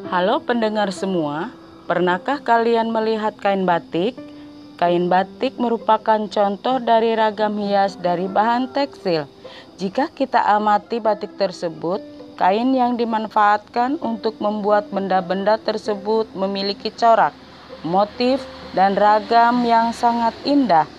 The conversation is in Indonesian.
Halo pendengar semua, pernahkah kalian melihat kain batik? Kain batik merupakan contoh dari ragam hias dari bahan tekstil. Jika kita amati batik tersebut, kain yang dimanfaatkan untuk membuat benda-benda tersebut memiliki corak, motif, dan ragam yang sangat indah.